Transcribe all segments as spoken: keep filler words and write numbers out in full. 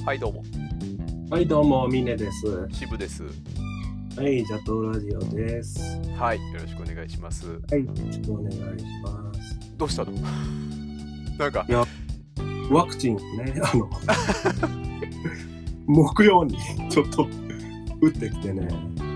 はいどうも。 はいどうも、ミネです。 渋です。 はい、ジャトーラジオです。 はい、よろしくお願いします。 はい、よろしくお願いします。 どうしたの？なんかいや、ワクチンね、あの木曜にちょっと打ってきてね。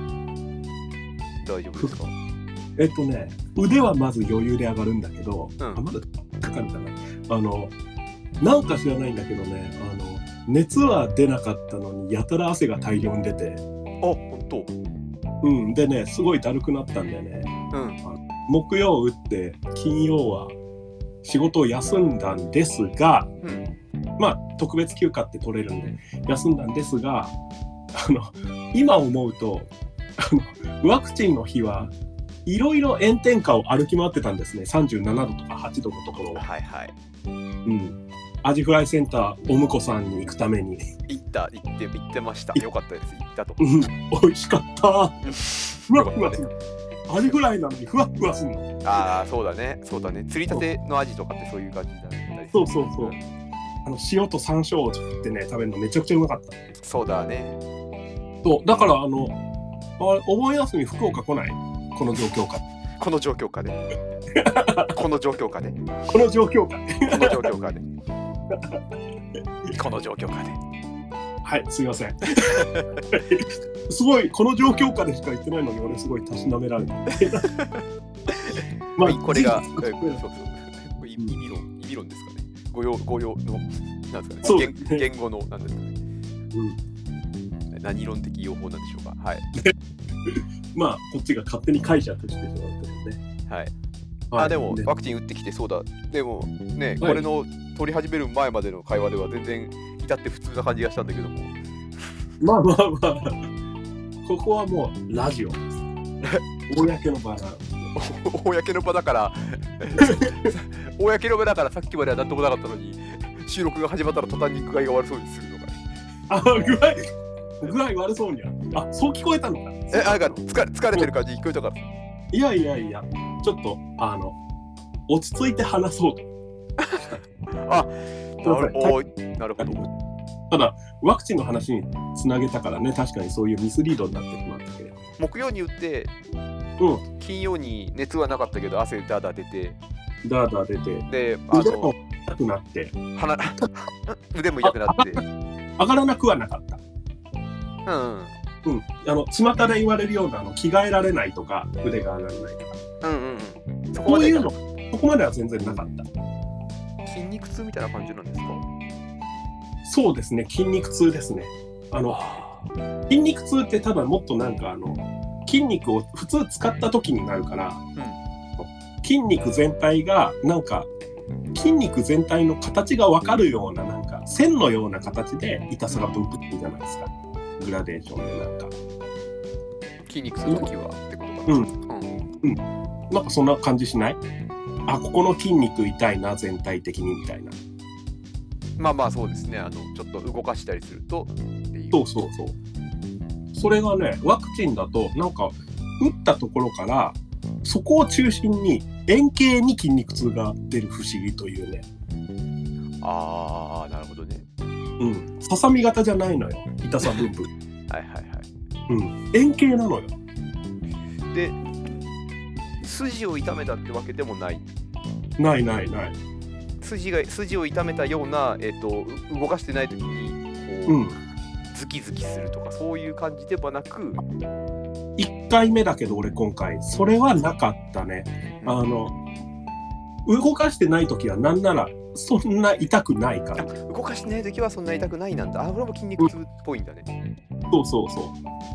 大丈夫ですか？ えっとね、腕はまず余裕で上がるんだけど、 うん、 あまだかかるかな。あのなんか知らないんだけどね、あの熱は出なかったのにやたら汗が大量に出て。 あ、本当。 うんでね、すごいだるくなったんでね。 うん。 木曜打って金曜は仕事を休んだんですが、 うん、 まあ特別休暇って取れるんで休んだんですが、あの今思うとあのワクチンの日はいろいろ炎天下を歩き回ってたんですね。さんじゅうななどとかはちどのところを。 はいはい。 うん。アジフライセンターお婿さんに行くために行った行って行ってました。よかったです。行ったと。 うん、美味しかった。ふわふわする。 ね、 アジフライなのにふわふわするの。 ああ、そうだね、そうだね。釣りたてのアジとかってそういう感じだったり。 そうそうそう。あの塩と山椒を振ってね食べるのめちゃくちゃうまかった。 そうだね。 そうだからあのあお盆休み福岡来ない？この状況下。 この状況下で。この状況下で。 この状況下で。 この状況下で。この状況下で。 はい、すいません。すごいこの状況下でしか言ってないのに俺すごいたしなめられた。 まあこれがそうそう意味論意味論ですかね。語用語用のなんですかね。言, 言語のなんですかね。うん。何論的用法なんでしょうか。はい。 まあこっちが勝手に解釈してしまうけどね。 はい。あでもワクチン打ってきてそうだ。でもね、これの取り始める前までの会話では全然至って普通な感じがしたんだけども。 まあまあまあ、ここはもうラジオです。公の場だ。 公の場だから公の場だからさっきまではなんともなかったのに収録が始まったら途端に具合が悪そうにするのか。 あ、具合具合悪そうには。あ、そう聞こえたのか。 え、なんか疲れ疲れてる感じ聞こえたから。 いやいやいや、ちょっとあの落ち着いて話そうと。 あ、なるほど。なるほど。 ただワクチンの話につなげたからね、確かにそういうミスリードになってしまったけど。 木曜に打って、うん、金曜に熱はなかったけど汗ダーダー出て、 ダーダー出て、 で、あの腕も痛くなって、 鼻腕も痛くなって、 上がらなくはなかった。 うん。 うん、あの巷で言われるようなあの着替えられないとか腕が上がらないとか、 うんうんうん、そこういうのそこまでは全然なかった。 筋肉痛みたいな感じなんですか？ そうですね、筋肉痛ですね。あの筋肉痛って多分もっとなんかあの筋肉を普通使った時になるから、うん、筋肉全体がなんか筋肉全体の形が分かるようななんか線のような形で痛さが分布するじゃないですか。グラデーションでなんか筋肉するときはってことかな。 うんうんうん、なんかそんな感じしない？あ、ここの筋肉痛いな全体的にみたいな。 まあまあそうですね。あのちょっと動かしたりするとっていう。 そうそうそう。それがね、ワクチンだとなんか打ったところからそこを中心に円形に筋肉痛が出る不思議というね。 ああ、なるほどね。 うん、ささみ型じゃないのよ、痛さ分布。 はいはいはい。 うん、円形なのよ。 で、筋を痛めたってわけでもない。 ないないない。 筋が筋を痛めたような、えっと動かしてない時にこう、うん、ズキズキするとかそういう感じではなく。 いっかいめだけど俺今回それはなかったね。あの動かしてない時はなんならそんな痛くないから。 動かしてない時はそんな痛くないなんだ。あ、これも筋肉痛っぽいんだね。 そうそうそう。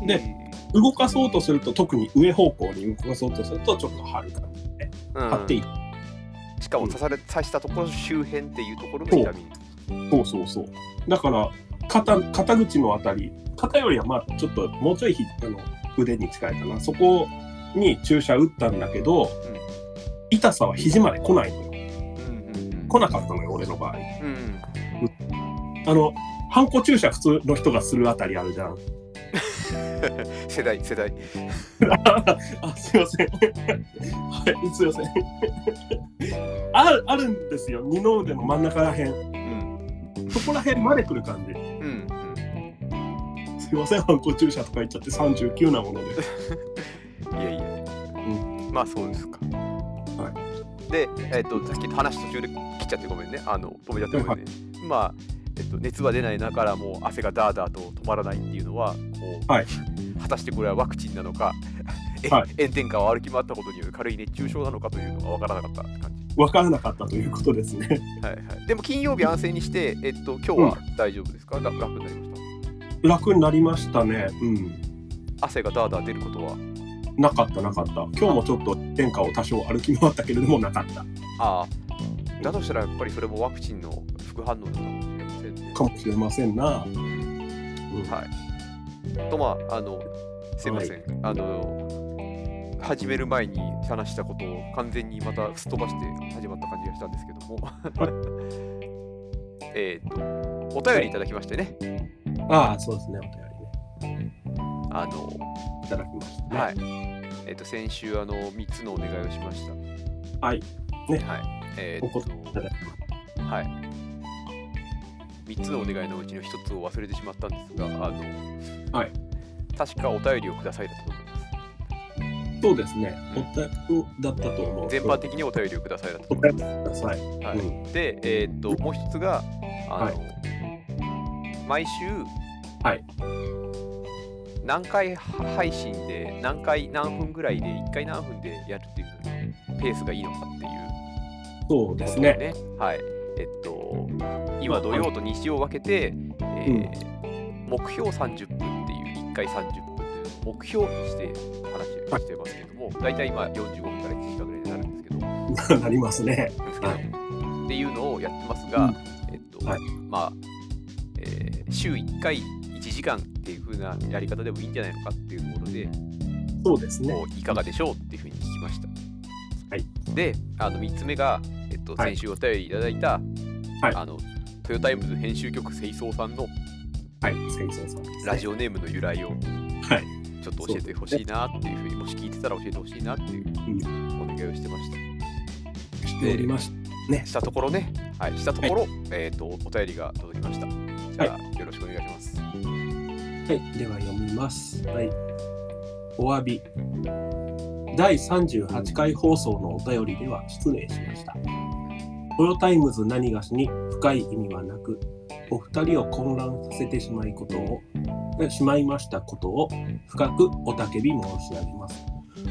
で、動かそうとすると特に上方向に動かそうとするとちょっと張る感じで、ね、うん、張っていく。 しかも刺され、うん、刺したところ周辺っていうところの痛み。 そうそうそう。だから肩肩口のあたり、肩よりはまあちょっともうちょいあの腕に近いかな。そこに注射打ったんだけど、うん、痛さは肘まで来ないのよ。来なかったのよ俺の場合、うん、あのハンコ注射普通の人がするあたりあるじゃん。 世代世代あ、すいませんはいすいませんあるあるんですよ、二の腕の真ん中らへん、うん、そこらへんまで来る感じ、うん、 すいません、反抗注射とか言っちゃってさんじゅうきゅうなもので。 いやいや、うん、まあそうですか。 はい、 で、えー、とさっき話途中で切っちゃってごめんね、あの止めちゃってごめんね。はい、まあ、えー、と熱は出ないながらも汗がダーダーと止まらないっていうのはこう、はい、果たしてこれはワクチンなのか、はい、炎天下を歩き回ったことによる軽い熱中症なのかというのが分からなかった感じ。 分からなかったということですね。 はいはい、でも金曜日安静にして、えっと、今日は大丈夫ですか、うん、楽になりました？ 楽になりましたね。うん。 汗がダーダー出ることはなかったなかった。今日もちょっと天下を多少歩き回ったけれどもなかった。 ああ、だとしたらやっぱりそれもワクチンの副反応なのかもしれませんね。 かもしれませんな。うん、 はい。とまああのすいません、はい、あの始める前に話したことを完全にまたすっ飛ばして始まった感じがしたんですけども、えっとお便りいただきましてね。 ああ、そうですね、お便りね。 あのいただきましたね。 はい。えっ、ー、と先週あのみっつのお願いをしました。 はい。ね。 はい。えっ、ー、とはい。みっつのお願いのうちのひとつを忘れてしまったんですが、あのはい。 確かお便りをくださいだったと思います。 そうですね。お便りだったと思う。 全般的にお便りをくださいだったと思います。 ください。 はい。うん、で、えっ、ー、ともう一つがあの、はい、毎週はい。 何回配信で何回何分ぐらいでいっかい何分でやるっていうペースがいいのかっていう、 そうですね。 はい。えっと今土曜と日曜を分けて、えーうん、目標さんじゅっぷんっていういっかいさんじゅっぷんという目標にして話をしてますけども、だいたい今よんじゅうごふんからいちじかんぐらいになるんですけどなりますね。 はい、っていうのをやってますが、うん、えっと、はい、まあ、えー、週いっかいいちじかんっていう風なやり方でもいいんじゃないのかっていうところで、 そうですね。 いかがでしょうっていう風に聞きました。 はい。 で、あのみっつめが、えっと、先週お便りいただいた、はい、あのトヨタイムズ編集局清掃さんの、 はい、清掃さんですね、 ラジオネームの由来を、 はい、 ちょっと教えてほしいなっていう風に、もし聞いてたら教えてほしいなっていうお願いをしてました。 しておりましたね。 したところね、はい、したところ、はい、えっとお便りが届きました。じゃあ、はい、よろしくお願いします。 はい、では読みます。はい。お詫び。だいさんじゅうはちかい放送のお便りでは失礼しました。トヨタイムズ何がしに深い意味はなく、お二人を混乱させてしまいことを、しまいましたことを深くおたけび申し上げます。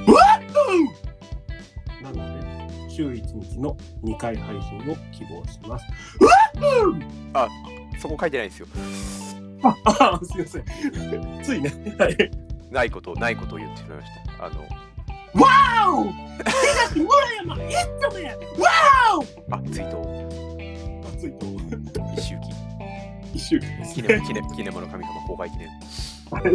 なので、週いちにちのにかい配信を希望します。 あ、そこ書いてないですよ。 ああ、すいません。ついね。はい。 ないこと、ないことを言ってしまいました。あの。 わーお！東村山、ヒットメン！わーお！ あ、追悼。 あ、追悼。 一周期。 一周期ですね。 キネモ、キネ、キネモの神様公開記念。 はい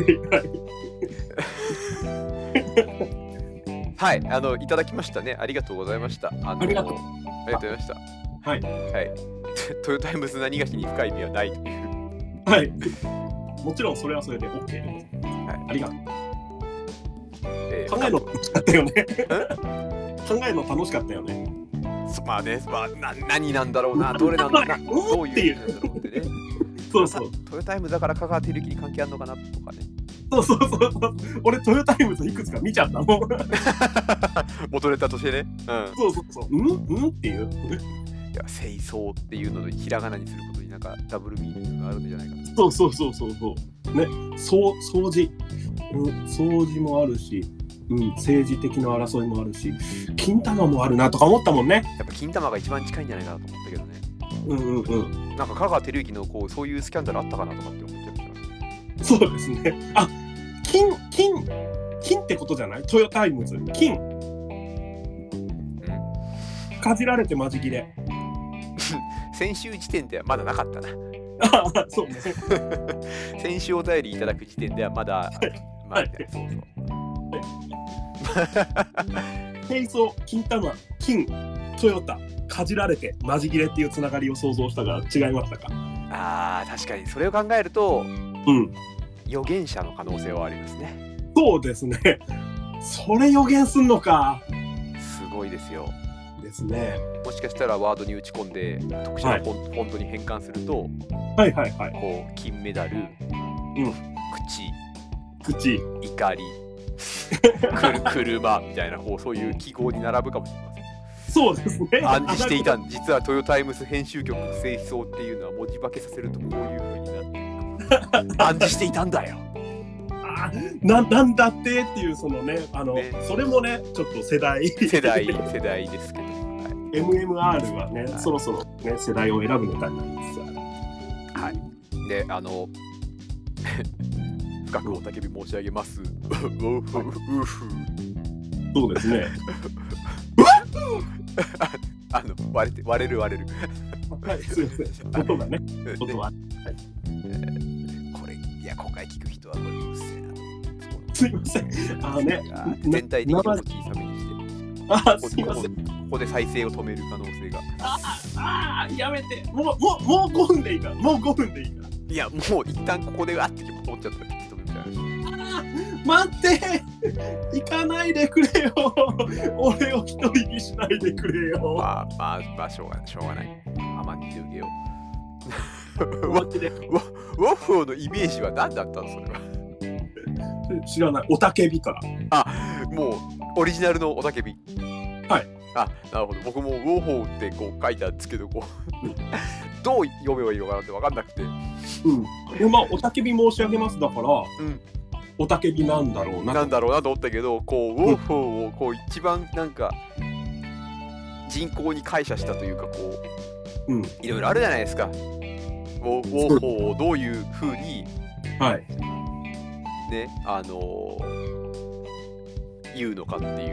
はい。はい、あの、いただきましたね。ありがとうございました。あの、 ありがとう。 ありがとうございました。 はい。 はい。トヨタイムズ何がしに深い意味はないという。 はい。もちろんそれはそれで OK です。はい。ありがとう。えー、考えるの楽しかったよね。考えるの楽しかったよね。 まあね、まあ、な何なんだろうな、どれなんだろうな、どういうなんだろうってね。 そうそう。 トヨタイムズだから香川照之に関係あるのかなとかね。 そうそうそう。俺トヨタイムズいくつか見ちゃったもん。 元ネタとしてね。 うん。そうそうそう。うんうんっていう。 いや、清掃っていうのでひらがなにすることになんかダブルミーニングがあるんじゃないかな。 そうそうそうそうそう。ね、そう掃除、うん、掃除もあるし、うん、政治的な争いもあるし、金玉もあるなとか思ったもんね。 やっぱ金玉が一番近いんじゃないかなと思ったけどね。 うんうんうん。 なんか香川照之のこうそういうスキャンダルあったかなとかって思っちゃいました。 そうですね。あ、金金金ってことじゃない？トヨタイムズ金。うん。かじられてマジ切れ。 先週時点ではまだなかったな。 ああ、そうね。 先週お便りいただく時点ではまだ、まあ、はい、そうそう。 清掃、金玉、金、トヨタ、かじられて、マジ切れっていうつながりを想像したが違いましたか？ ああ、確かにそれを考えると、 うん、 預言者の可能性はありますね。 そうですね。それ予言すんのか。 すごいですよ。 ですね。 もしかしたらワードに打ち込んで特殊なフォントに変換すると、 はいはいはい、 こう金メダル、 うん、 口、 口、 怒り、くる車みたいな、こうそういう記号に並ぶかもしれません。 そうですね。 暗示していたん実はトヨタイムズ編集局清掃っていうのは文字化けさせるとこういう風になってるか暗示していたんだよ。 あななんだってっていうそのねあのねそれもねちょっと世代世代世代ですけど、はい、 エムエムアール はね、 はい、 そろそろね世代を選ぶネタになります。 はい。であの深くおたけび申し上げます。 そうですね。 あの割れて割れる割れる。 はい、すみません。音がね。音は。はい。 これいや今回聞く人はこれうっせえな。 すみません。あのね全体的に小さめにして。 あすみません。 ここで再生を止める可能性が。 ああやめて。もうもうもうごふんでいいか。もうごふんでいいか。 いやもう一旦ここであって思っちゃったら止めるから。 待って行かないでくれよ俺を一人にしないでくれよ。 まあまあまあしょうがないしょうがない甘んじて受けよう。ウォッフォーのイメージは何だったのそれは。 知らない。おたけびから。 あもうオリジナルのおたけび。 はい。 あなるほど。僕もウォッフォーってこう書いてあるんですけどこうどう読めばいいのかなって分かんなくて。 うん。でまあおたけび申し上げますだから。うん。おたけびなんだろうななんだろうなと思ったけどこうウォーフォーをこう一番なんか人口に解釈したというかこう、うん、いろいろあるじゃないですか。ウォーフォーをどういうふうに、 はいねあのー、言うのかっていう。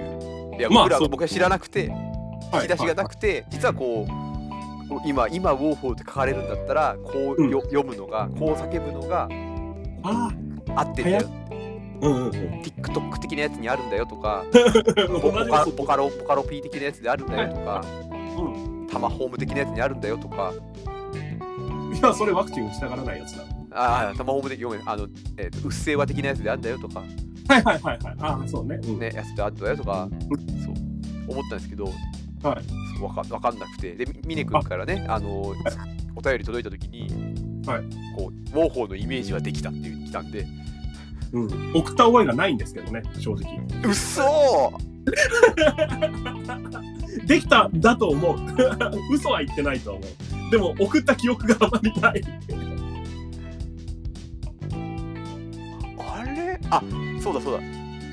いや僕ら、まあ、僕は知らなくて引き出しがなくて、はいはいはい、実はこう今今ウォーフォーって書かれるんだったらこう、うん、読むのがこう叫ぶのがあ合ってんだよ。 うんうんうん、 TikTok 的なやつにあるんだよとかボカボカロボカロ P 的なやつであるんだよとか、うん、タマホーム的なやつにあるんだよとか。 いやそれワクチン打ちたがらないやつだ。 ああタマホームで読めあの、えーと、うっせぇわ的なやつであるんだよとか。 はいはいはいはい。ああそうね、うん、 ねやつであるんだよとか、うん、そう思ったんですけど、はい、わかわかんなくてで峰君からねあのーはい、お便り届いた時に、はい、こうウォーホーのイメージはできたっていう来たんで。 うん、送った覚えがないんですけどね正直。 うっそーできたんだと思う嘘は言ってないと思う。でも送った記憶があまりないあれあそうだそうだ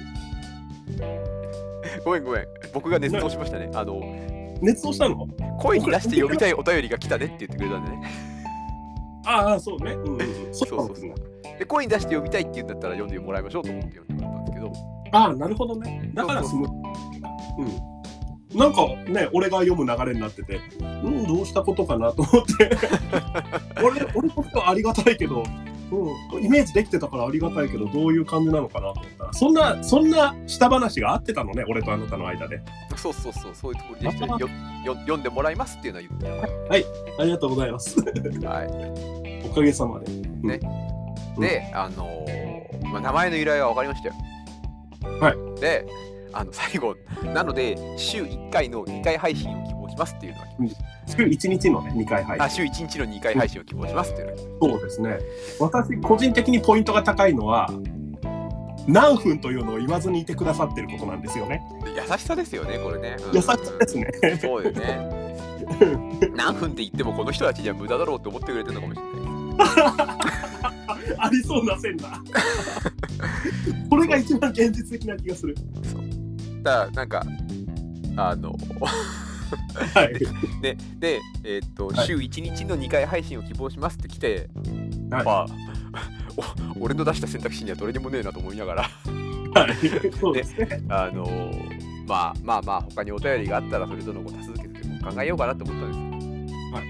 ごめんごめん僕が熱動しましたね。あの熱動したの声に出して読みたいお便りが来たねって言ってくれたんでね。 ああそうね、うん、 そうそうそうで声に出して読みたいって言うんだったら読んでもらいましょうと思って読んでもらったんですけど。 ああなるほどね。だからすごいうんなんかね俺が読む流れになっててうんどうしたことかなと思って俺俺としてはありがたいけど、うん、イメージできてたからありがたいけどどういう感じなのかなと思ったらそんなそんな下話があってたのね俺とあなたの間で。 そうそうそうそういうところでしたよよ読んでもらいますっていうのは言ってはい、ありがとうございますはいおかげさまでね、うん、であのーまあ、名前の由来は分かりましたよ。 はいであの最後なので週いっかいのにかい配信を希望しますっていうのが来ました。 週いちにちのねにかい配信。 あ週いちにちのにかい配信を希望しますっていうのが来ました。そうですね。私個人的にポイントが高いのは何分というのを言わずにいてくださってることなんですよね。 優しさですよねこれね、 うん、優しさですね。 そうよね何分って言ってもこの人たちには無駄だろうって思ってくれてるのかもしれないありそうな線だこれが一番現実的な気がする。 そうだなんかあのはい、 でで、えー、っと、はい、週いちにちのにかい配信を希望しますって来て、はい、まあ俺の出した選択肢にはどれにもねえなと思いながらはい、そうですね。 あのまあまあまあ他にお便りがあったらそれとのご多数決で考えようかなと思ったんですよ。はい。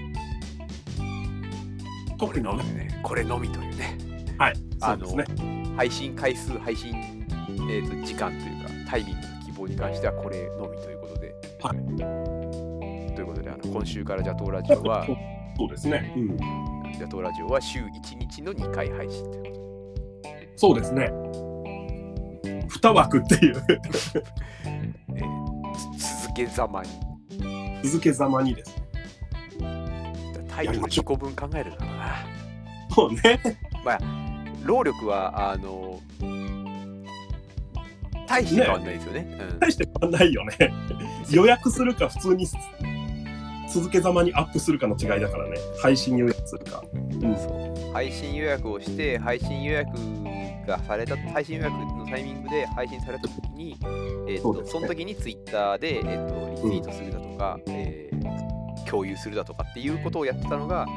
これのみね、これのみというね。 はい。 あの、ね、配信回数配信、えー、と時間というかタイミングの希望に関してはこれのみということで。 はい。 ということであの今週からジャトーラジオはそうですね。うん。 ジャトーラジオは週いちにちのにかい配信ということで。そうですね。に枠っていう、 えー、続けざまに続けざまにです。 タイミングにこぶん考えるからな。 そうね。 まあ労力はあの大して変わんないですよね。 ねうん、大して変わんないよね。予約するか普通に続けざまにアップするかの違いだからね。配信予約するか。 うん、そう配信予約をして配信予約がされた配信予約のタイミングで配信された時に、えーと そ, ね、その時にツイッターで、えー、とリツイートするだとか、うんえー、共有するだとかっていうことをやってたのが、はい、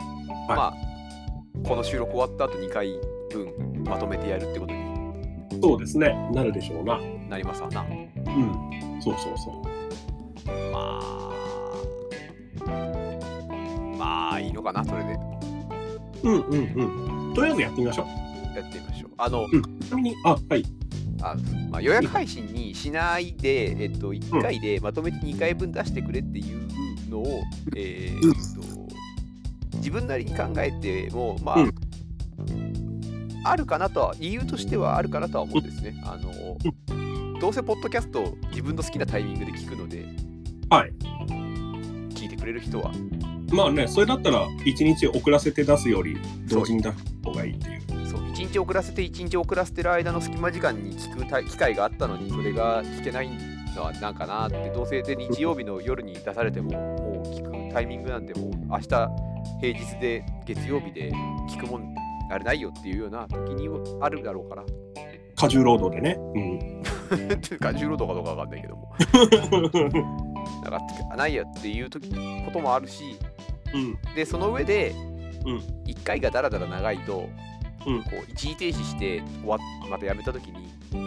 まあこの収録終わった後にかいぶんまとめてやるってことにそうですねなるでしょうななりますわな。 うんそうそうそうまあまあいいのかなそれで。 うんうんうんとりあえずやってみましょう。 やってみましょう。あの、 うん、ちなみにあはいあまあ、予約配信にしないで、えっと、いっかいでまとめてにかいぶん出してくれっていうのを、えーっと自分なりに考えても、まあ、うん、あるかなとは、理由としてはあるかなとは思うんですね。あの、うん、どうせポッドキャスト自分の好きなタイミングで聞くので、 はい、 聞いてくれる人は。 まあね、それだったらいちにち遅らせて出すより同時に出す方がいいっていう。 そういちにち遅らせていちにち遅らせてる間の隙間時間に聞く機会があったのにそれが聞けないのはなんかなって。どうせで日曜日の夜に出されてももう聞くタイミングなんてもう明日平日で月曜日で聞くもんあれないよっていうような時にあるだろうから過重労働でね、うん、 過重労働かどうかわかんないけどもなんかないやっていう時こともあるし、うん、でその上で、うん、いっかいがだらだら長いとうん、こう一時停止して終わまたやめたときに、うん、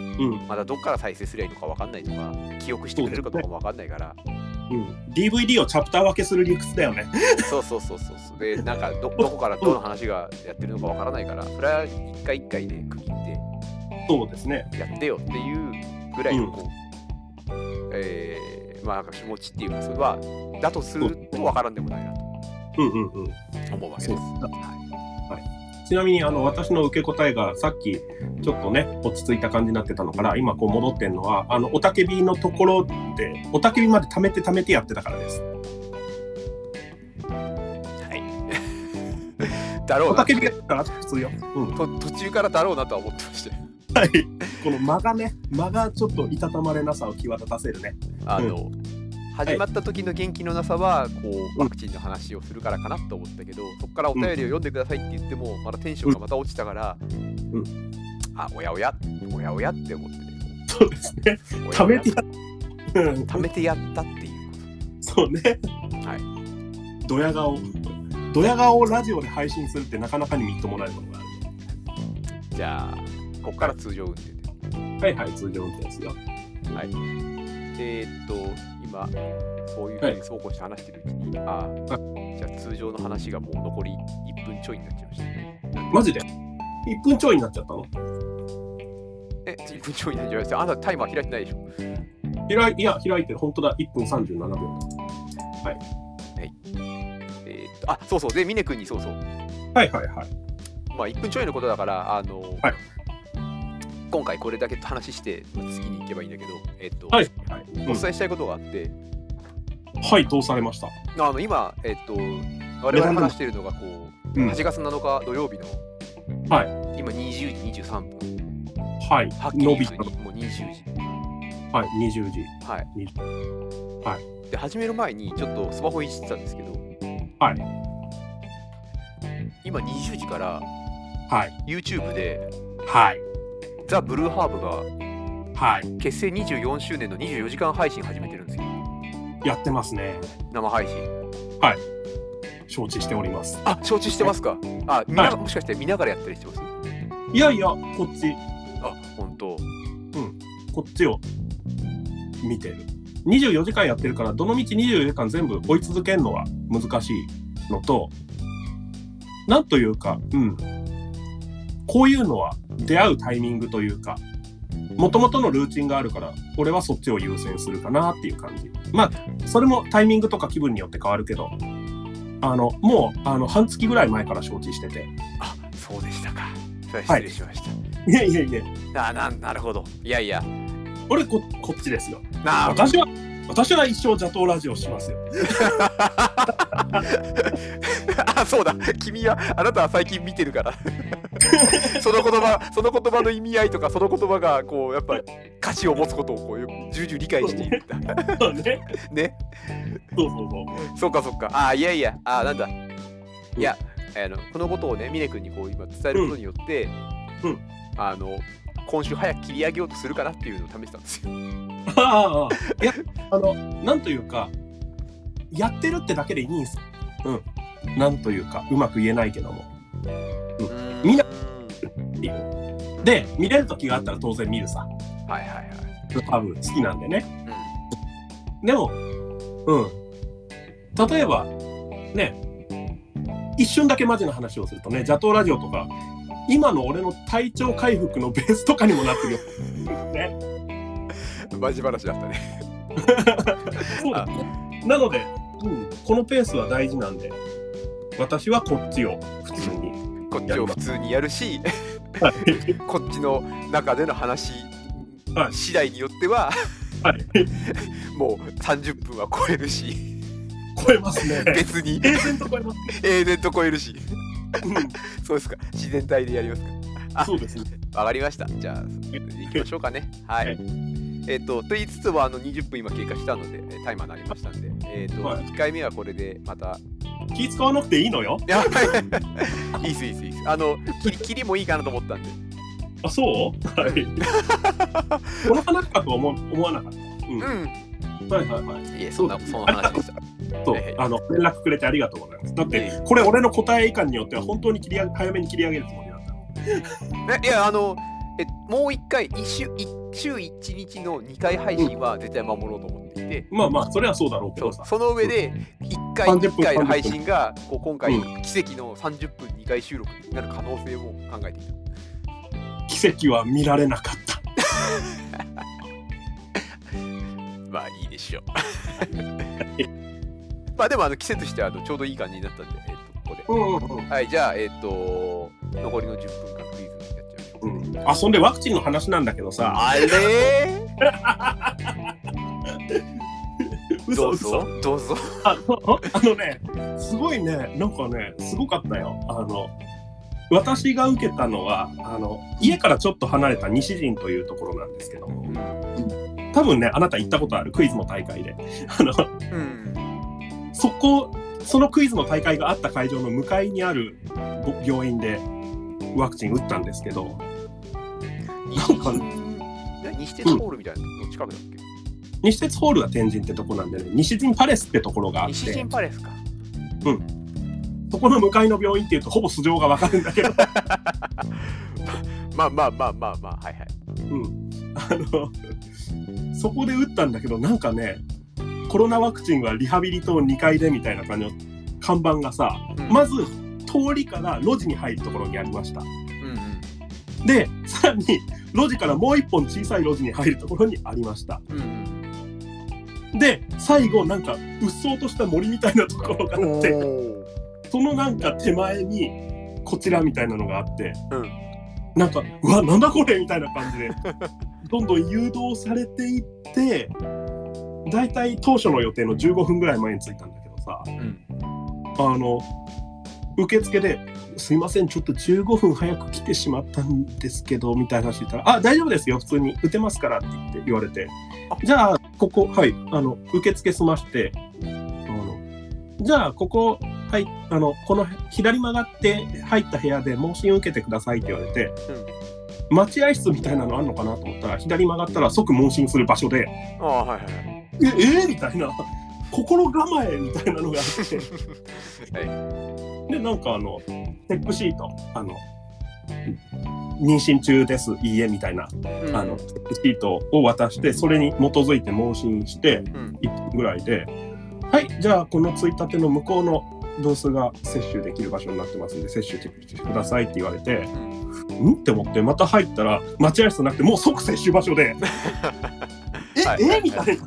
まだどっから再生すればいいのか分かんないとか記憶してくれるかどうかも分かんないから、 うん、ディーブイディー をチャプター分けする理屈だよね。 そうそうそうそうでなんか ど, どこからどの話がやってるのか分からないからそれは一回一回で区切ってそうですねやってよっていうぐらいのこう、うんえー、まあなんか気持ちっていうかそれはだとすると分からんでもないなと思うわけです。 ちなみにあの私の受け答えがさっきちょっとね落ち着いた感じになってたのから今こう戻ってんのはあのおたけびのところでおたけびまで貯めて貯めてやってたからです。 はいだろうなおたけびやったら普通よ、 うん、と途中からだろうなとは思ってましたはいこの間がね間がちょっといたたまれなさを際立たせるねあの、うん始まった時の元気のなさはこうワクチンの話をするからかなと思ったけど、うん、そこからお便りを読んでくださいって言ってもまだテンションがまた落ちたから、うん、あおやおやおやおやって思ってねそうですね貯めてや貯めてやったっていうそうねはいドヤ顔ドヤ顔をラジオで配信するってなかなかにみっともないものがある。 じゃあここから通常運転ではいはい通常運転ですよ。 はいえー、っと今そういうふうにそうこうして話してるうちに、はい、ああじゃあ通常の話がもう残りいっぷんちょいになっちゃいました。 マジでいっぷんちょいになっちゃったの？ えいっぷんちょいになっちゃいました。あなたタイマー開いてないでしょ？ 開いいや開いてる本当だいっぷんさんじゅうななびょう。はい。 はい。えー、っとあそうそうで峰君にそうそうはいはいはいまあいっぷんちょいのことだからあの、 はい、 今回これだけ話して次に行けばいいんだけどえー、っと、 はいはい、 お伝えしたいことがあって、 うん、はいどうされました？ あの今えー、っと我々話しているのがこう、うん、はちがつなのか土曜日の、 はい、 今にじゅうじにじゅうさんぷんはいはっきり言うにもうにじゅうじはいにじゅうじはいにじゅうはいで始める前にちょっとスマホいじってたんですけどはい今にじゅうじからはい YouTube ではいザ・ブルーハーブがはい結成にじゅうよんしゅうねんのにじゅうよじかん配信始めてるんですよ。 やってますね。 生配信はい承知しております。 あ承知してますか？あ見な、はい、もしかして見ながらやったりしてます？ いやいやこっちあ本当うんこっちを見てる。にじゅうよじかんやってるからどのみちにじゅうよじかん全部追い続けるのは難しいのとなんというかうんこういうのは出会うタイミングというかもともとのルーチンがあるから俺はそっちを優先するかなっていう感じ。まあそれもタイミングとか気分によって変わるけどあのもうあの半月ぐらい前から承知してて。 あそうでしたか。失礼しました。 はい、いやいやいやあ な, なるほどいやいや俺 こ, こっちですよ。 な私は私は一生邪道ラジオしますよ。 あそうだ君はあなたは最近見てるからその言葉その言葉の意味合いとかその言葉がこうやっぱり価値を持つことをこう重々理解しているそうねね。 そうそうそうそうかそうか。ああいやいやああなんだいやあのこのことをね峰君にこう今伝えることによって、 うんうん、 あの今週早く切り上げようとするかなっていうのを試したんですよ。 ああいやあのなんというかやってるってだけでいいんですよ。うんなんというかうまく言えないけども、うん、みんなで見れる時があったら当然見るさ。 はいはいはい。 多分好きなんでね。うん、でもうん例えばね一瞬だけマジな話をするとね邪道ラジオとか今の俺の体調回復のベースとかにもなってるよ。ね。 マジ話だったね。 そうだね。なので、うん、このペースは大事なんで私はこっちを普通にこっちを普通にやるしこっちの中での話次第によっては、はい、もうさんじゅっぷんは超えるし超えますね。 別に永遠と超えます。 永遠と超えるし、うん、そうですか。自然体でやりますか。あ、 そうですね。 わかりました。じゃあ行きましょうかね。はい。はい、えっ、ー、とと言いつつはあのにじゅっぷん今経過したのでタイマーになりましたんで、えっ、ー、と、はい、いっかいめはこれでまた気使わなくていいのよ。 いいっすいいっすいいっす。あの切り切りもいいかなと思ったんで。 あ、そう？はい。この話かと思思わなかった。うん。うん、はいはいはい。 いえ、そんなその話でした。 そう、はいはい、あの連絡くれてありがとうございます。だって、これ俺の答え以下によっては本当に切り上げ早めに切り上げるつもりだったの。 いやあのえもう一回一週一週一日のにかい配信は絶対守ろうと思っていて、 うん、まあまあそれはそうだろうけどさ。 その上でいっかいいっかいの配信がこう今回奇跡のさんじゅっぷんにかい収録になる可能性も考えていた。 奇跡は見られなかった。 まあいいでしょう。まあでもあの季節としてはあのちょうどいい感じになったんで、えっとここで、うんうんうん、はいじゃあえっと残りのじゅっぷんかんクイズやっちゃいましょう。うん、 あそんでワクチンの話なんだけどさ。 あれどうぞどうぞ。 あのあのねすごいねなんかねすごかったよ。あの私が受けたのはあの家からちょっと離れた西陣というところなんですけども、うん、多分ねあなた行ったことあるクイズの大会であの、うん、そこそのクイズの大会があった会場の向かいにある病院でワクチン打ったんですけどなんか西鉄ホールみたいなの近くだっけ。 西鉄ホールが天神ってとこなんでね西陣パレスってところがあって西陣パレスかうんそこの向かいの病院っていうとほぼ素性がわかるんだけどまあまあまあまあまあはいはいうんあのそこで打ったんだけどなんかねコロナワクチンはリハビリ棟にかいでみたいな感じの看板がさ、うん、まず通りから路地に入るところにありました、うんうん、でさらに路地からもう一本小さい路地に入るところにありました、うんうん、で最後なんかうっそうとした森みたいなところがあってそのなんか手前にこちらみたいなのがあって、うん、なんかうわなんだこれみたいな感じでどんどん誘導されていってだいたい当初の予定のじゅうごふんぐらい前に着いたんだけどさ、うん、あの受付ですいませんちょっとじゅうごふん早く来てしまったんですけどみたいな話したらあ大丈夫ですよ普通に打てますからって言って言われてじゃあここはいあの受付済ましてあのじゃあここはいあのこの左曲がって入った部屋で問診受けてくださいって言われて、うん、待合室みたいなのあるのかなと思ったら左曲がったら即問診する場所であ、はいはい、 ええー、みたいな心構えみたいなのがあって、はい、でなんかあのテックシートあの妊娠中ですいいえみたいな、うん、あのテックシートを渡してそれに基づいて問診していっぷんぐらいで、うん、はいじゃあこのついたての向こうのブースが接種できる場所になってますんで接種してくださいって言われて、うん、って思ってまた入ったら待合室なくてもう即接種場所でえ、はい、えみたいな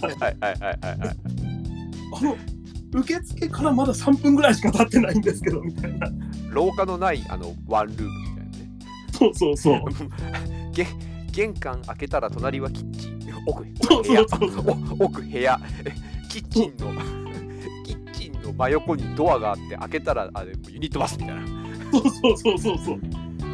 あの受付からまださんぷんぐらいしか経ってないんですけどみたいな廊下のないあのワンルームみたいなねそうそうそう玄関開けたら隣はキッチン奥部屋奥部屋キッチンの真横にドアがあって開けたらあれユニットバスみたいなそうそうそうそうそう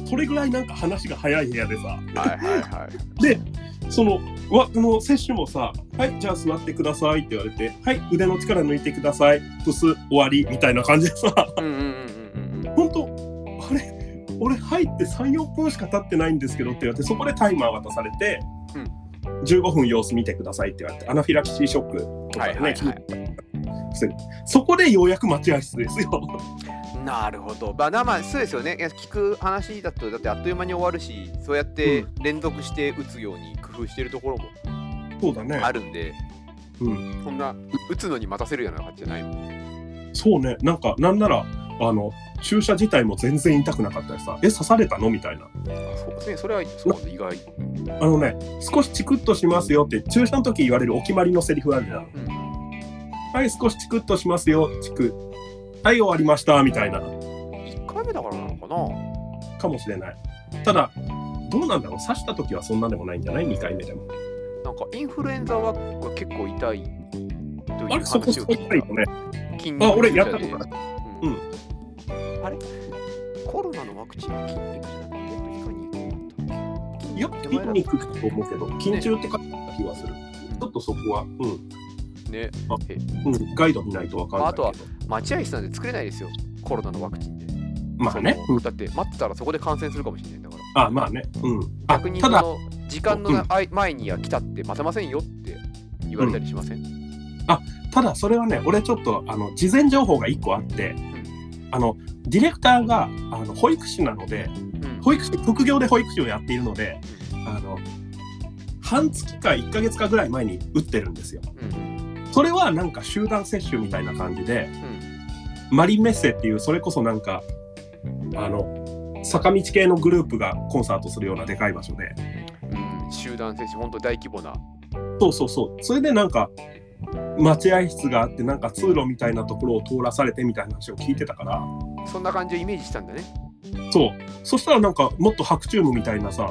それぐらいなんか話が早い部屋でさ、 はいはいはい。 でそのわの接種もさ、はいじゃあ座ってくださいって言われて、はい腕の力抜いてください、プス終わりみたいな感じでさ、うんうんうんうん、本当あれ俺入って さん,よん 分しか経ってないんですけどって言われて、そこでタイマー渡されて、うん、じゅうごふん様子見てくださいって言われて、アナフィラキシーショックとかね、はいはいはい、そこでようやく待合室ですよ。 なるほど。まあ、まあ、そうですよね。聞く話だと、だってあっという間に終わるし、そうやって連続して打つように工夫してるところもあるんで、 うん、 そんな打つのに待たせるような感じじゃないもん。 そうね、なんかなんならあの注射自体も全然痛くなかったりさ、え刺されたのみたいな。 そうですね、それはそうで意外。 あのね、少しチクッとしますよって注射の時言われるお決まりのセリフあるじゃん。うん、はい、少しチクッとしますよ、チク。はい終わりましたみたいな。 いっかいめだからなのかな。 かもしれない。ただどうなんだろう、刺した時はそんなでもないんじゃない、にかいめでも。 なんかインフルエンザは結構痛いという話を聞いた。あれそこそこ痛いよね。 筋肉あ、俺やったことある。 うん。うん、あれコロナのワクチンは筋肉じゃなくてもっと皮下に行ったっけ？いや筋肉だと思うけど筋中って書いてあった気はする、ね、ちょっとそこはうんね、 あうん、ガイド見ないと分かんないけど、 あとは待合室なんで作れないですよ、コロナのワクチンで。 まあね、 だって待ってたらそこで感染するかもしれないんだから。 あまあね、うん、 逆にその時間の前には来たって待てませんよって言われたりしません？うん、 あただそれはね、俺ちょっとあの事前情報がいっこあって、うん、あのディレクターがあの保育士なので、うん、保育士副業で保育士をやっているので、うん、あの半月かいっかげつかぐらい前に打ってるんですよ。うんそれはなんか集団接種みたいな感じで、うん、マリンメッセっていうそれこそなんかあの坂道系のグループがコンサートするようなでかい場所で、 うん、集団接種本当大規模な。 そうそうそう。それでなんか待合室があってなんか通路みたいなところを通らされてみたいな話を聞いてたから、 そんな感じをイメージしたんだね。 そう。そしたらなんかもっと白チュームみたいなさ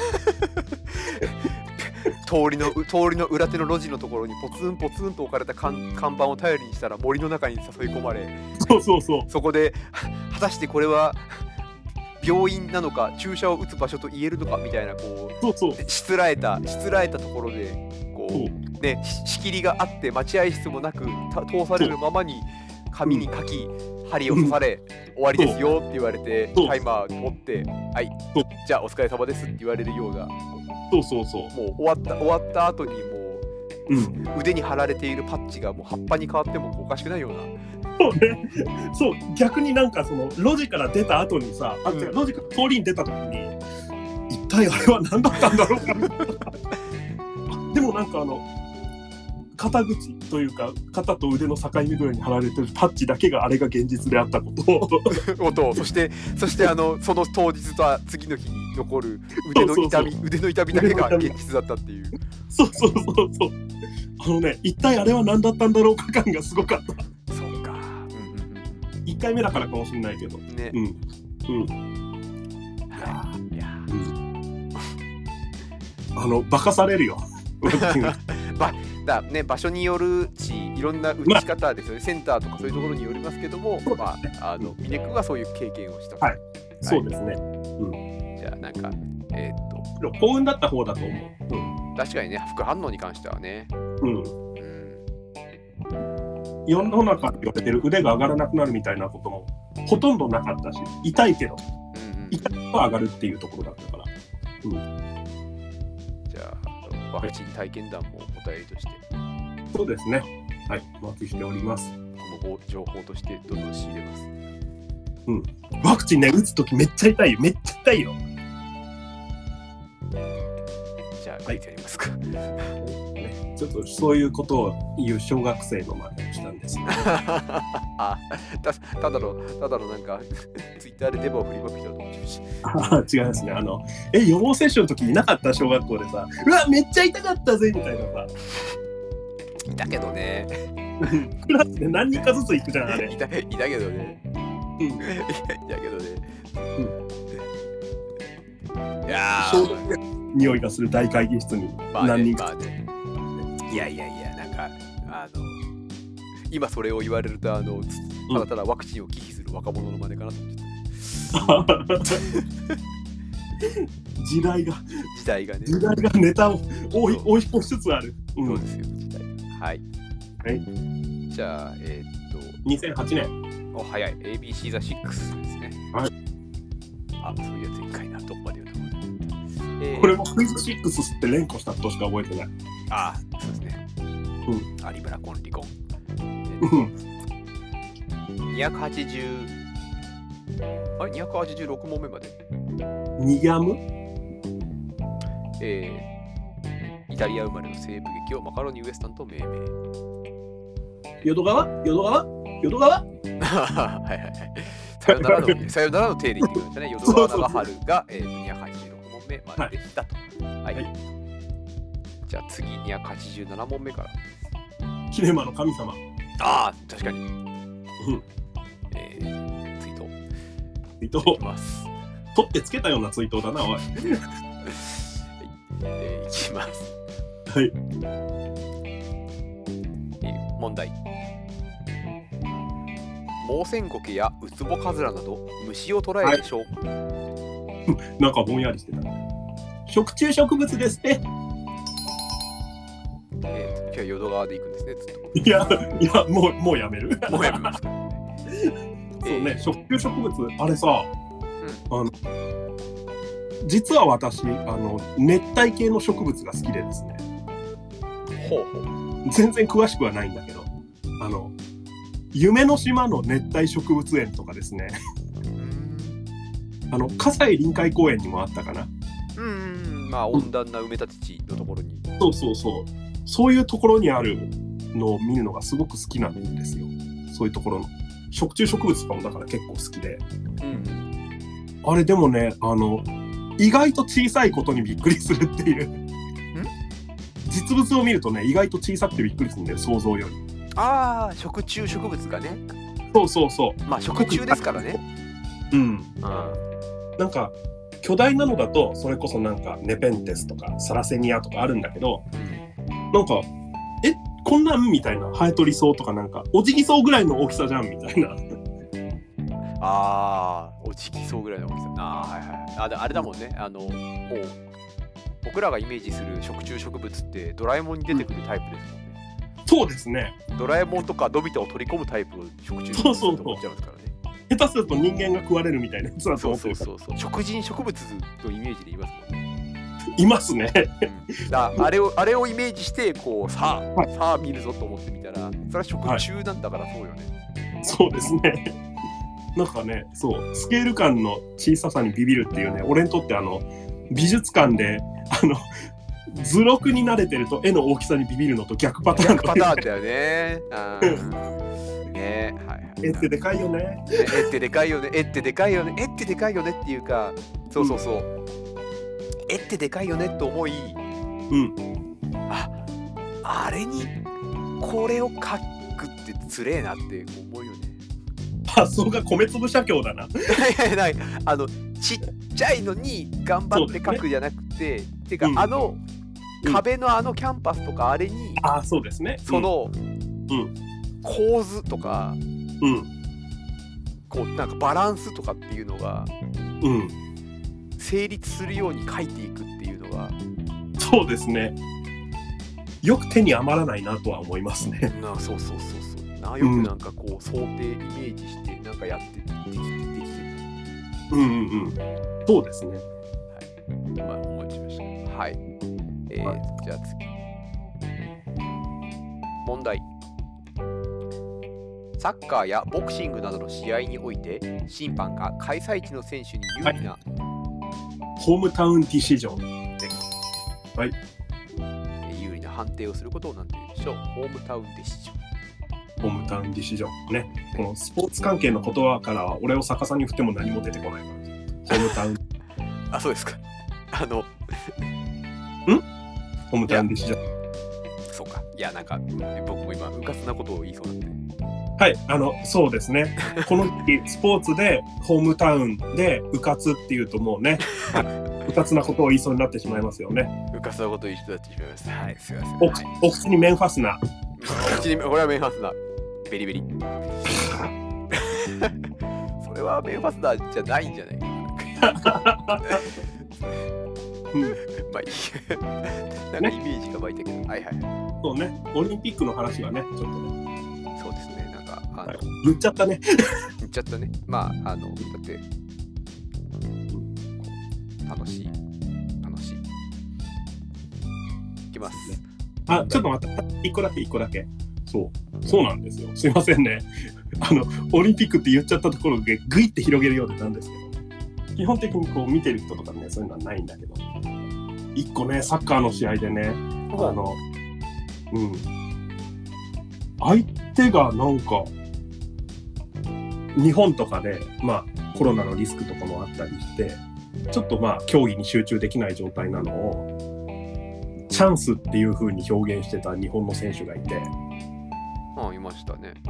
通りの通りの裏手の路地のところにポツンポツンと置かれた看板を頼りにしたら森の中に誘い込まれ、 そうそうそう、 そこで果たしてこれは病院なのか注射を打つ場所と言えるのかみたいなこう、 そうそうしつらえたしつらえたところでこうね、仕切りがあって待合室もなく通されるままに紙に書き、うん、針を刺され、うん、終わりですよって言われてタイマー持ってはいじゃあお疲れ様ですって言われるような。 そうそうそう。 もう終わった終わった後にもう、うん、腕に貼られているパッチがもう葉っぱに変わってもおかしくないような。 そうね。そう逆になんかその路地から出た後にさ、あ、うん、路地から通りに出た時に一体あれは何だったんだろうか。でもなんかあの肩口というか肩と腕の境目ぐらいに貼られてるパッチだけがあれが現実であったことをそしてそしてあのその当日とは次の日に残る腕の痛み、そうそうそう、腕の痛みだけが現実だったっていう。 そうそうそうそう。あのね、一体あれは何だったんだろうか感がすごかった。 そうか。 いっかいめだからかもしれないけど。 ね。 うん。うん。 はい。いや。うん、 あのバカされるよ。 ばだね、場所によるしいろんな打ち方ですよね、ま、センターとかそういうところによりますけども、まあ、あの峰君はそういう経験をした。 はい、はい、そうですね、うん、 じゃあなんかえー、っと幸運だった方だと思う、うん、 確かにね、副反応に関してはね、 うん、うん、世の中で言われてる腕が上がらなくなるみたいなこともほとんどなかったし、痛いけど、うんうん、痛いは上がるっていうところだったから、うん、 じゃあワクチン体験談もお便りとして。 そうですね。はい、お待ちしております。 この情報としてどんどん仕入れます。 うん。ワクチンね、打つときめっちゃ痛いよ。めっちゃ痛いよ。 じゃあ書いてありますか。はいね、ちょっとそういうことを言う小学生の真似をしたんです、ね。 あ、たただのただのなんかツイッターでデマを振りまくったと思ってるし。 あ、違いますね。あのえ予防接種の時いなかった小学校でさ、うわめっちゃ痛かったぜみたいなさ。 いたけどね。 クラスで何人かずつ行くじゃんあれ。 いたいたけどね。うん、いたけどね。うん、いやー。匂いがする大会議室に何人か。 まあねまあね、いやいやいや、なんかあの今それを言われるとあのただただワクチンを忌避する若者の真似かなと思ってた。 時代が時代がね時代がネタを追い追い越しつつある。 そうですよ、時代。はい。 はい。 じゃあ、えー、っと。 にせんはちねん。 お、早い。エービーシー ザシックスですね。 はい。 あ、そういうやついかいな、どこまで言うと。えー、 これもクイズシックスって連呼したとしか覚えてない。 ああ、そうですね。 うん。 有村コンリコン。 うん。 にひゃくはちじゅう、あれにひゃくはちじゅうろく問目まで。 ニヤムえー、イタリア生まれの西部劇をマカロニウエスタンと命名。 淀川淀川淀川はいはいはい。さよならの、さよならの手で言ってくれましたね。淀川長春が、えー、にひゃくはちじゅうろく問目まででしたと。はい。はい、じゃあ次にひゃくはちじゅうなな問目から。 キネマの神様。 ああ、確かに。 うん。 えー、ツイート。ツイート。 いきます。 取ってつけたようなツイートだな、おい。はい、 えー、いきます。 はい。 えー、問題。モウセンゴケやウツボカズラなど虫を捕らえるでしょう。 はい、なんかぼんやりしてた。食虫植物ですね。 えー、今日は淀川で行くんですね、ずっと。 いや、いや、もう、もうやめる。 もうやめます。そうね、食虫植物、あれさ、うん、あの実は私、あの熱帯系の植物が好きでですね。 ほうほう。 全然詳しくはないんだけど、あの夢の島の熱帯植物園とかですね。あの葛西臨海公園にもあったかな。 うん、まあ温暖な埋め立て地のところに。 そうそうそう。そういうところにあるのを見るのがすごく好きなんですよ。そういうところの食虫植物とかもだから結構好きで。うん、あれでもね、あの意外と小さいことにびっくりするっていう。ん？実物を見るとね、意外と小さくてびっくりするんだよ、想像より。 ああ、食虫植物がね。 そうそうそう。 まあ食虫ですからね。 うん。あなんか巨大なのだとそれこそなんかネペンテスとかサラセニアとかあるんだけど、うん、なんかえこんなんみたいな、ハエトリソウとかなんかオジギソウぐらいの大きさじゃんみたいな。 ああ、オジギソウぐらいの大きさ。ああ、はいはい。あ、であれだもんね。あのもう僕らがイメージする食虫植物ってドラえもんに出てくるタイプですもんね。 そうですね。 ドラえもんとかのび太を取り込むタイプの食虫植物だと思っちゃいますからね。 下手すると人間が食われるみたいなやつだと思ってるから。 そうそうそうそう。食人植物のイメージでいますもんね。 いますね。 うん、だあれをあれをイメージしてこうさあ、はい、さあ見るぞと思ってみたら、それは食虫なんだからそうよね。 はい、そうですね。なんかね、そうスケール感の小ささにビビるっていうね、俺にとってあの美術館であの図録に慣れてると絵の大きさにビビるのと逆パターン。 逆パターンだよね。あね、はいはい。 絵ってでかいよね。 絵ってでかいよね。絵ってでかいよね。絵ってでかいよねっていうか、そうそうそう。うん、絵ってでかいよねと思い、 うん。 あ、あれにこれを描くってつれえなって思うよね。 発想が米粒写経だな。いやいやいや、あのちっちゃいのに頑張って描くじゃなくて、ね、てか、うん、あの壁のあのキャンパスとかあれに、 あ、そうですね。 その、うん、構図とか、うん、こうなんかバランスとかっていうのが、うん、成立するように描いていくっていうのが、 そうですね。よく手に余らないなとは思いますね。 なあ、そうそうそうそう。なあ、よくなんかこう想定イメージしてなんかやってできてできてる。 うんうんうん。そうですね。 はい。まあ思いました。はい。えーはい、じゃあ次。問題。サッカーやボクシングなどの試合において審判が開催地の選手に有利な、はい、 ホームタウンディシジョン、ね、はい、 有利な判定をすることを何て言うでしょう。ホームタウンディシジョン。 ホームタウンディシジョンね。このスポーツ関係の言葉からは俺を逆さに振っても何も出てこないから。ホームタウン。 あ、そうですか。あのん？ ホームタウンディシジョン。 そうか。いや、なんか僕も今うかつなことを言いそうなんで。 はい、あのそうですね。この時スポーツでホームタウンでうかつっていうともうね、うかつなことを言いそうになってしまいますよね。 うかつなことを言いそうになってしまいます。はい、すみません。 お、はい、お口にメンファスナ。 お口にこれはメンファスナ。ベリベリ。それはメンファスナじゃないんじゃないかな。 うん、 まあいい。なんかイメージが湧いたけど、ね、はいはい。 そうね、オリンピックの話はね、ちょっとね。 そうですね、なんか、あの、はい、 言っちゃったね。 言っちゃったね。まあ、あの、だって、楽しい。楽しい。いきます。 あ、ちょっと待って、一個だけ、一個だけ。そう、そうなんですよ。すいませんね。あの、オリンピックって言っちゃったところで、ぐいって広げるようでなんですけど、基本的にこう見てる人とかね、そういうのはないんだけど、一個ね、サッカーの試合でね、あの、うん、相手がなんか、日本とかで、まあ、コロナのリスクとかもあったりして、ちょっとまあ、競技に集中できない状態なのを、チャンスっていう風に表現してた日本の選手がいて、 ああ、いましたね。はい、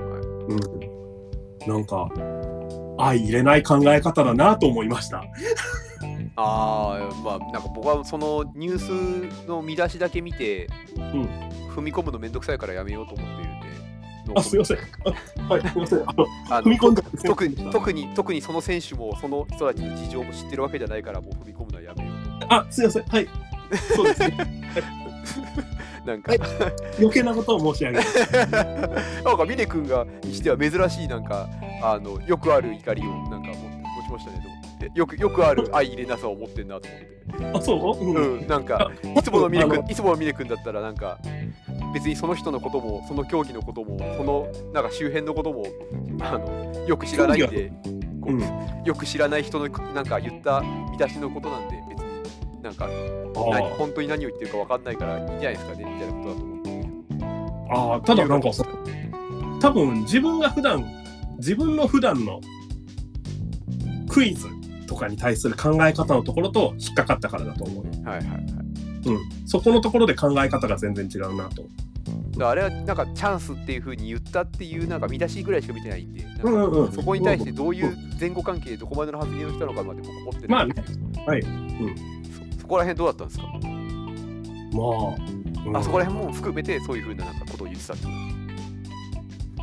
うん。なんか、相入れない考え方だなと思いました。 ああ、まあ、なんか僕はそのニュースの見出しだけ見て、うん、踏み込むのめんどくさいからやめようと思っているんで。 あ、すいません。はい、すいません。あの、 あの踏み込んだ特に特に特にその選手もその人たちの事情も知ってるわけじゃないから、もう踏み込むのはやめようと。 あ、すいません。はい。そうですね。 なんか、 はい、余計なことを申し上げます。 なんか峰君がにしては珍しいなんかあのよくある怒りをなんか持ちましたね。でもよくよくある相入れなさを持ってんなと思って。 あ、そう？ うん、うん、なんかいつもの峰君いつもの峰君だったらなんか別にその人のこともその競技のこともそのなんか周辺のこともあのよく知らないんで、こう、うん、よく知らない人のなんか言った見出しのことなんで別になんか本当に何を言ってるか分かんないからいいんじゃないですかねみたいなことだと思って。 ああ、ただなんかさ、多分自分が普段自分の普段のクイズとかに対する考え方のところと引っかかったからだと思う。 はいはいはい。 うん、そこのところで考え方が全然違うなと。 あれはなんかチャンスっていう風に言ったっていうなんか見出しぐらいしか見てないんで、 うんうんうん、 そこに対してどういう前後関係でどこまでの発言をしたのかまで僕思ってない。 まあね。はい。うん。 そ, そこら辺どうだったんですか。 まあ、 うん、あそこら辺も含めてそういう風ななんかことを言ってたってこと。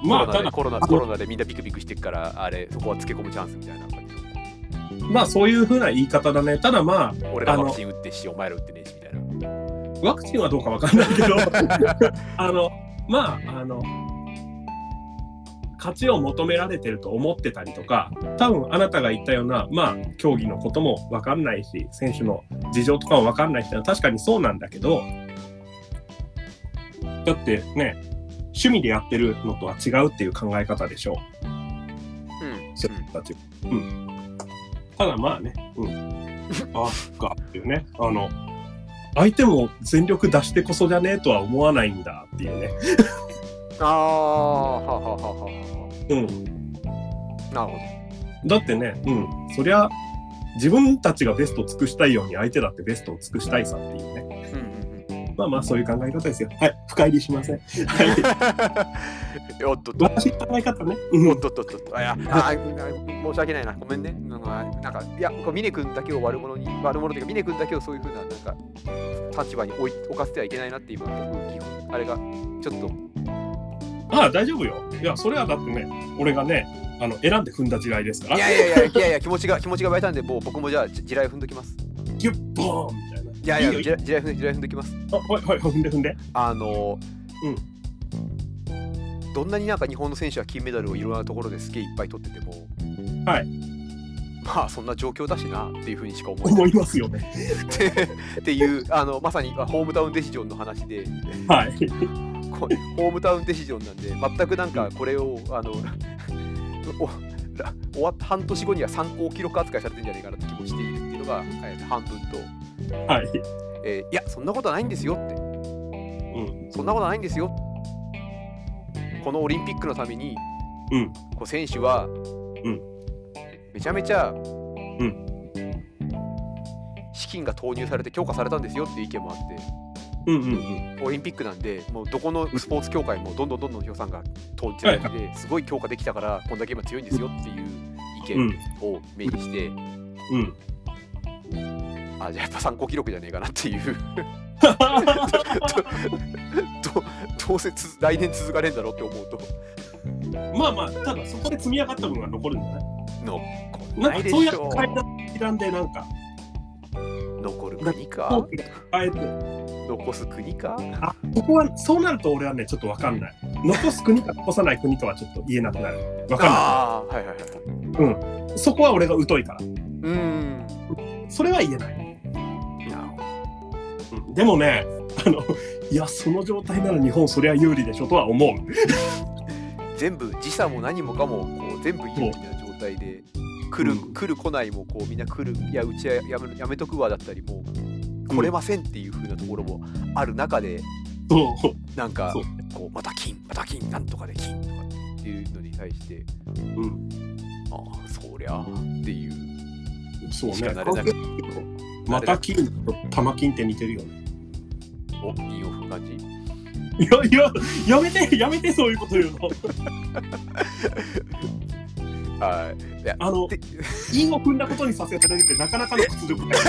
まあコロナでコロナコロナでみんなビクビクしてるからあれそこはつけ込むチャンスみたいな感じ。 まあそういう風な言い方だね。ただまあ俺らワクチン打ってしお前ら打ってねえしみたいな。 ワクチンはどうかわかんないけどあのまああの勝ちを求められてると思ってたりとか、多分あなたが言ったようなまあ競技のこともわかんないし選手の事情とかもわかんない人は確かにそうなんだけど、だってね趣味でやってるのとは違うっていう考え方でしょう。うん。そういう人たち。うん。ただまあね、うん。あっかっていうね、あの。相手も全力出してこそじゃねえとは思わないんだっていうね。 ああ、はははは。 うん。 なるほど。だってね、うん。そりゃ自分たちがベストを尽くしたいように相手だってベストを尽くしたいさっていうね。うんうんうん、まあまあそういう考え方ですよ。はい。深入りしません。はい。 おっとっと。 私の考え方ね。 おっとっとっと。あいやあ申し訳ないな。ごめんね。なんかいや峰君だけを悪者に悪者というか峰君だけをそういう風ななんか。立場に置い置かせてはいけないなって今僕あれがちょっとああ大丈夫よ。いやそれはだってね俺がねあの選んで踏んだ地雷ですから。 いやいやいやいやいや気持ちが気持ちが湧いたんでもう僕もじゃあ地雷踏んどきます。 ギュッボーンみたいな。いやいやいや地雷踏んで地雷踏んどきます。 あはいはい踏んで踏んで。 あのうんどんなになんか日本の選手は金メダルをいろんなところですげえいっぱい取っててもはいまあそんな状況だしなっていうふうにしか思えない思いますよねっていうあのまさにホームタウンデシジョンの話で、 はい、 ホームタウンデシジョンなんで全くなんかこれをあの終わった半年後には参考記録扱いされてるんじゃないかなって気もしているっていうのが、えー、半分と、 はいえー、いやそんなことはないんですよって、うん、そんなことはないんですよこのオリンピックのために、うん、こう選手は、うんめちゃめちゃ、うん、資金が投入されて強化されたんですよっていう意見もあって、うんうんうん、オリンピックなんでもうどこのスポーツ協会もどんどんどんどん予算が投入されて、はい、すごい強化できたからこんだけ今強いんですよっていう意見を目にして、うんうん、あじゃあやっぱ参考記録じゃねえかなっていうど, どうせつ来年続かねえんだろうって思うとまあまあただそこで積み上がった分が残るんじゃないのなんかそういう階段でなんか残る国かあえて残す国かあ、ここはそうなると俺はねちょっと分かんない。残す国か残さない国とはちょっと言えなくなる。分かんない。 ああはいはいはい。 うん。そこは俺が疎いから。 うん。 それは言えない。 なるほど。うん、でもね、あのいやその状態なら日本そりゃ有利でしょとは思う。 全部時差も何もかもこう全部有利な状態で来る、うん、来る来ないもこうみんな来るいやうちはやめやめとくわだったりもう来れませんっていう風なところもある中で、うん、なんかこうまた金また金なんとかで金とかっていうのに対して、うん、ああそりゃっていうそうね。また金と玉金って似てるよね。 おいいよ感じ。 いやいややめてやめてそういうこと言うの。 はい。いやあの韻を踏んだことにさせられるってなかなかの屈辱だよ。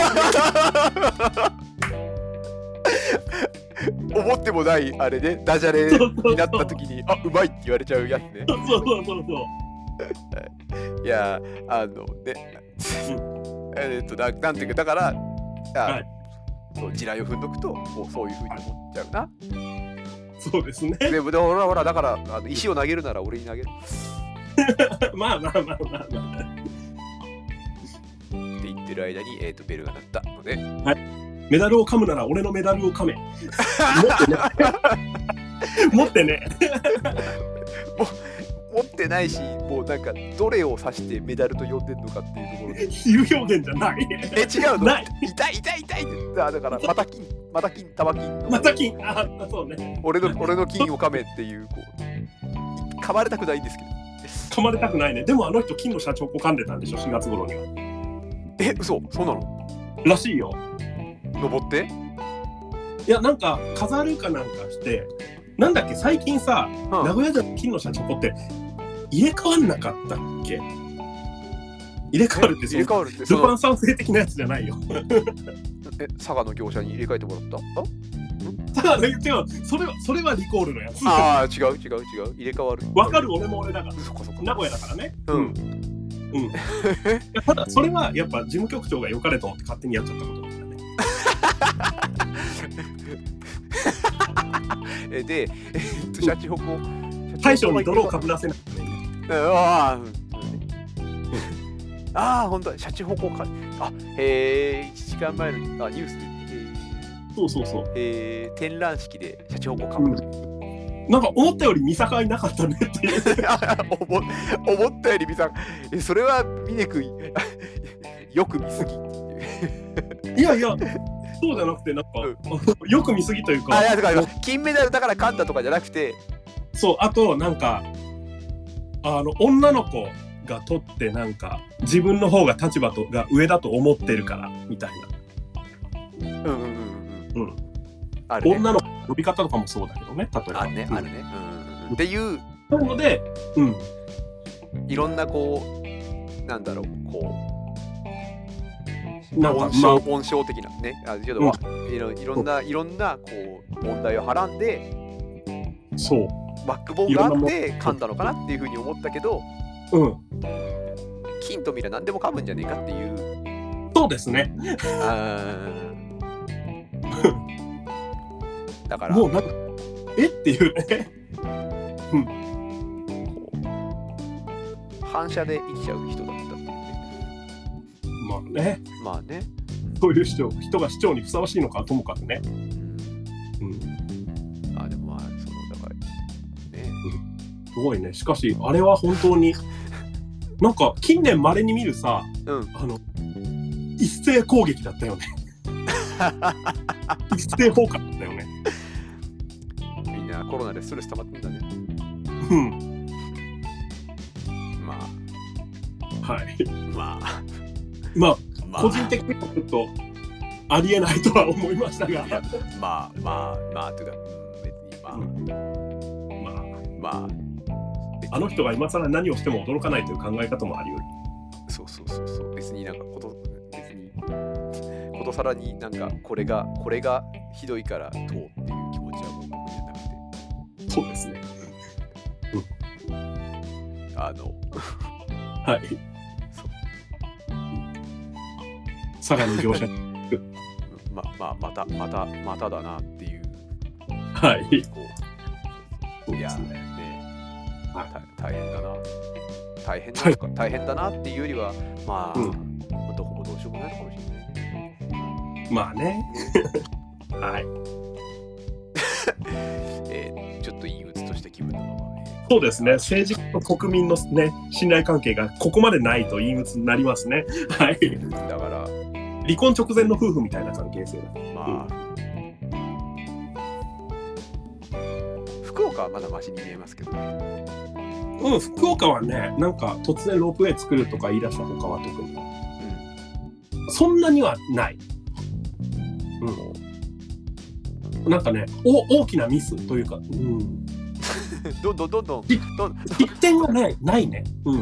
思ってもないあれでダジャレになった時にあうまいって言われちゃうやつね。 そうそうそうそう。 いやあのねえっとななんていうかだからあ、はい、そう地雷を踏んどくとこうそういう風に思っちゃうな。 そうですね。 でもほらほらだからあの石を投げるなら俺に投げる。 まあまあまあまあまあ。 って言ってる間に、えー、とベルが鳴ったので、 はい、メダルを噛むなら俺のメダルを噛め。持ってね。 も持ってないし、もうなんかどれを指してメダルと呼んでんのかっていうところで。 比喩表現じゃない。 え違うの。痛い痛い痛いって。だからまた金また金玉金。 また金。あそうね。 俺の俺の金を噛めっていうこう噛まれたくないんですけど。 噛まれたくないね。でもあの人金の社長を噛んでたんでしょしがつ頃には。 え嘘そうなの？ らしいよ。 登って？ いやなんか飾るかなんかしてなんだっけ最近さ、うん、名古屋城の金の社長って入れ替わんなかったっけ？入れ替わるって入れ替わるってルパン三世的なやつじゃないよ。 え佐賀の業者に入れ替えてもらった？ 佐賀の違うそれはそれはリコールのやつ。 ああ違う違う違う入れ替わる。 わかる俺も俺だから。 そこそこ名古屋だからね。 うん。うん。 ただそれはやっぱ事務局長が良かれと思って勝手にやっちゃったことだからね。 えで、えっとシャチホコ大将に泥をかぶらせない。 ああ。ああ、本当だ、シャチホコか。あ、へえ、いちじかんまえのあニュースで、えー、そうそうそう。 えー、展覧式でシャチホコかぶる、 うん。なんか思ったより見境なかったねっていう思。思ったより見境。え、それは峰君よく見すぎ。 いやいや、そうじゃなくてなんか、うん、よく見すぎというか。 あ、いやだから金メダルだから勝ったとかじゃなくて。 そう、あとなんかあの女の子。が取ってなんか自分の方が立場とが上だと思ってるからみたいな。うんうんうんうん。うん。あるね。女の呼び方とかもそうだけどね。例えば。 あるね、うん、あるね。うん。っていうので、うん。 いろんなこうなんだろうこうなんか温床、温床的なね。あけど、うん、いろいろんないろんなこう問題をはらんで、 そう。 バックボーンがあって噛んだのかなっていうふうに思ったけど。 うん、 金とミラ何でも噛むんじゃねえかっていう。 そうですね。 あだからもうなんかえっていうね。うん、 こう反射で生きちゃう人だったっていうね。 まあね。 まあね。 そういう人人が市長にふさわしいのかともかくね。うん。 うん、あでもまあそのだからね。 うん、すごいね。しかしあれは本当に。なんか近年まれに見るさ、うん、あの一斉攻撃だったよね。一斉放火だったよね。 みんなコロナでストレス溜まってんだね。 うん。 まあはいまあまあ、まあ、個人的にはちょっとありえないとは思いましたが。 まあまあまあというか別にまあ、うん、まあまあ。 あの人が今更何をしても驚かないという考え方もあり得る。 そうそうそうそう。別になんかこと別にことさらになんかこれがこれがひどいからどうっていう気持ちはもう僕じゃなくて。 そうですね。 うん。あのはい。 そう。 佐賀の業者。 まあ、またまたまただなっていう。 はい。 こういやね、ね、はい、大変だな。大変だとか、はい、大変だなっていうよりは、まあ、うん、どこもどうしようもないのかもしれない。 まあね。はい。 えー、ちょっと陰鬱とした気分のまま、ね。 そうですね。政治と国民のね、信頼関係がここまでないと陰鬱になりますね。はい。 だから、 離婚直前の夫婦みたいな関係性だ。 まあ、うん、福岡はまだマシに見えますけどね。 うん、福岡はね、なんか突然ロープウェイ作るとか言い出した他は特に、うん、そんなにはない。うん、なんかね、お大きなミスというか、うん、 どんどんどんどん失点がないないね。うん、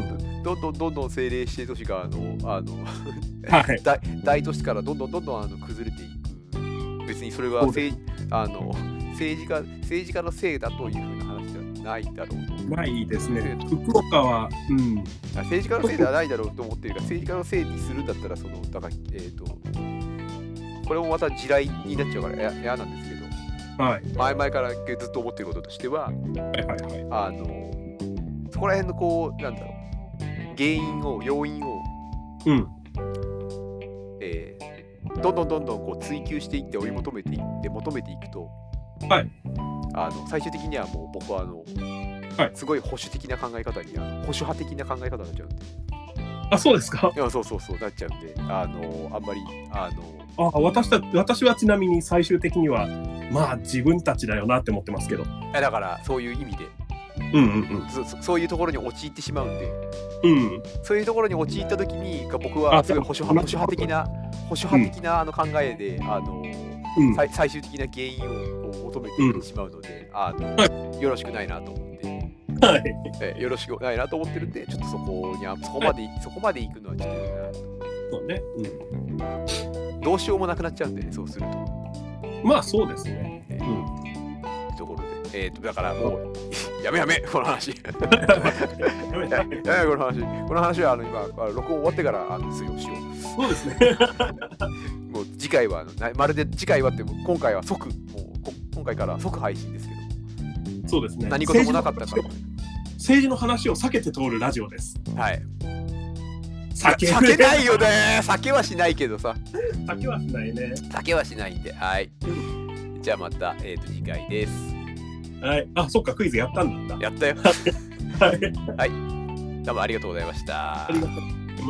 どんどんどんどん政令指定都市があのあの、 はい、 大, 大都市からどんどんどんどんあの崩れていく。別にそれは政あの政治家政治家のせいだというふうな話ではないだろうと。 ないですね。福岡は、うん、 政治家のせいではないだろうと思っているが、政治家のせいにするんだったらそのだからえっ、ー、とこれもまた地雷になっちゃうから嫌なんですけど、 はい、 前々からずっと思っていることとしては、はいはいはい、 あのそこら辺のこうなんだろう原因を要因を、 うん、 えー、どんどんどんどんこう追求していって追い求めていって求めていくと、 はい、 あの最終的にはもう僕はあの、 はい、 すごい保守的な考え方にあの保守派的な考え方になっちゃうんで。 あ、そうですか。 いや、そうそうそうなっちゃうんで、あのあんまりあのあ私た私はちなみに最終的にはまあ自分たちだよなって思ってますけど。 だからそういう意味で、 うんうんうん、 そ, そういうところに陥ってしまうんで、 うん、 そういうところに陥った時に僕はすごい保守派保守派的な保守派的なあの考えで、あの、うん、最, 最終的な原因を求めてしまうので、うん、あの、はい、よろしくないなと思って、 はい、 えよろしくないなと思ってるんで、ちょっとそこにそこまで、はい、そこまで行くのはちょっと嫌だなと。 そうね、 うん、どうしようもなくなっちゃうんで、ね、そうすると。 まあそうですね。 えー、うん、ところで、えーと、だからもうやめやめこの話。やめやめこの話。この話はあの今録音終わってからあの通用しよう。 そうですね。 もう次回はまるで次回はって今回は即もう今回から即配信ですけど。そうですね。 何事もなかったから。 政治の話を避けて通るラジオです。 はい。 避け避けないよね。避けはしないけどさ。 避けはしないね。 避けはしないんで、はい。じゃあまた、えーと、次回です。 はい。あ、そっか、クイズやったんだ。 やったよ。 はい。 はい。どうもありがとうございました。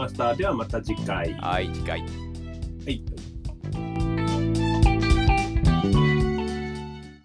ありがとうございました。ではまた次回。 はい、次回。 はい。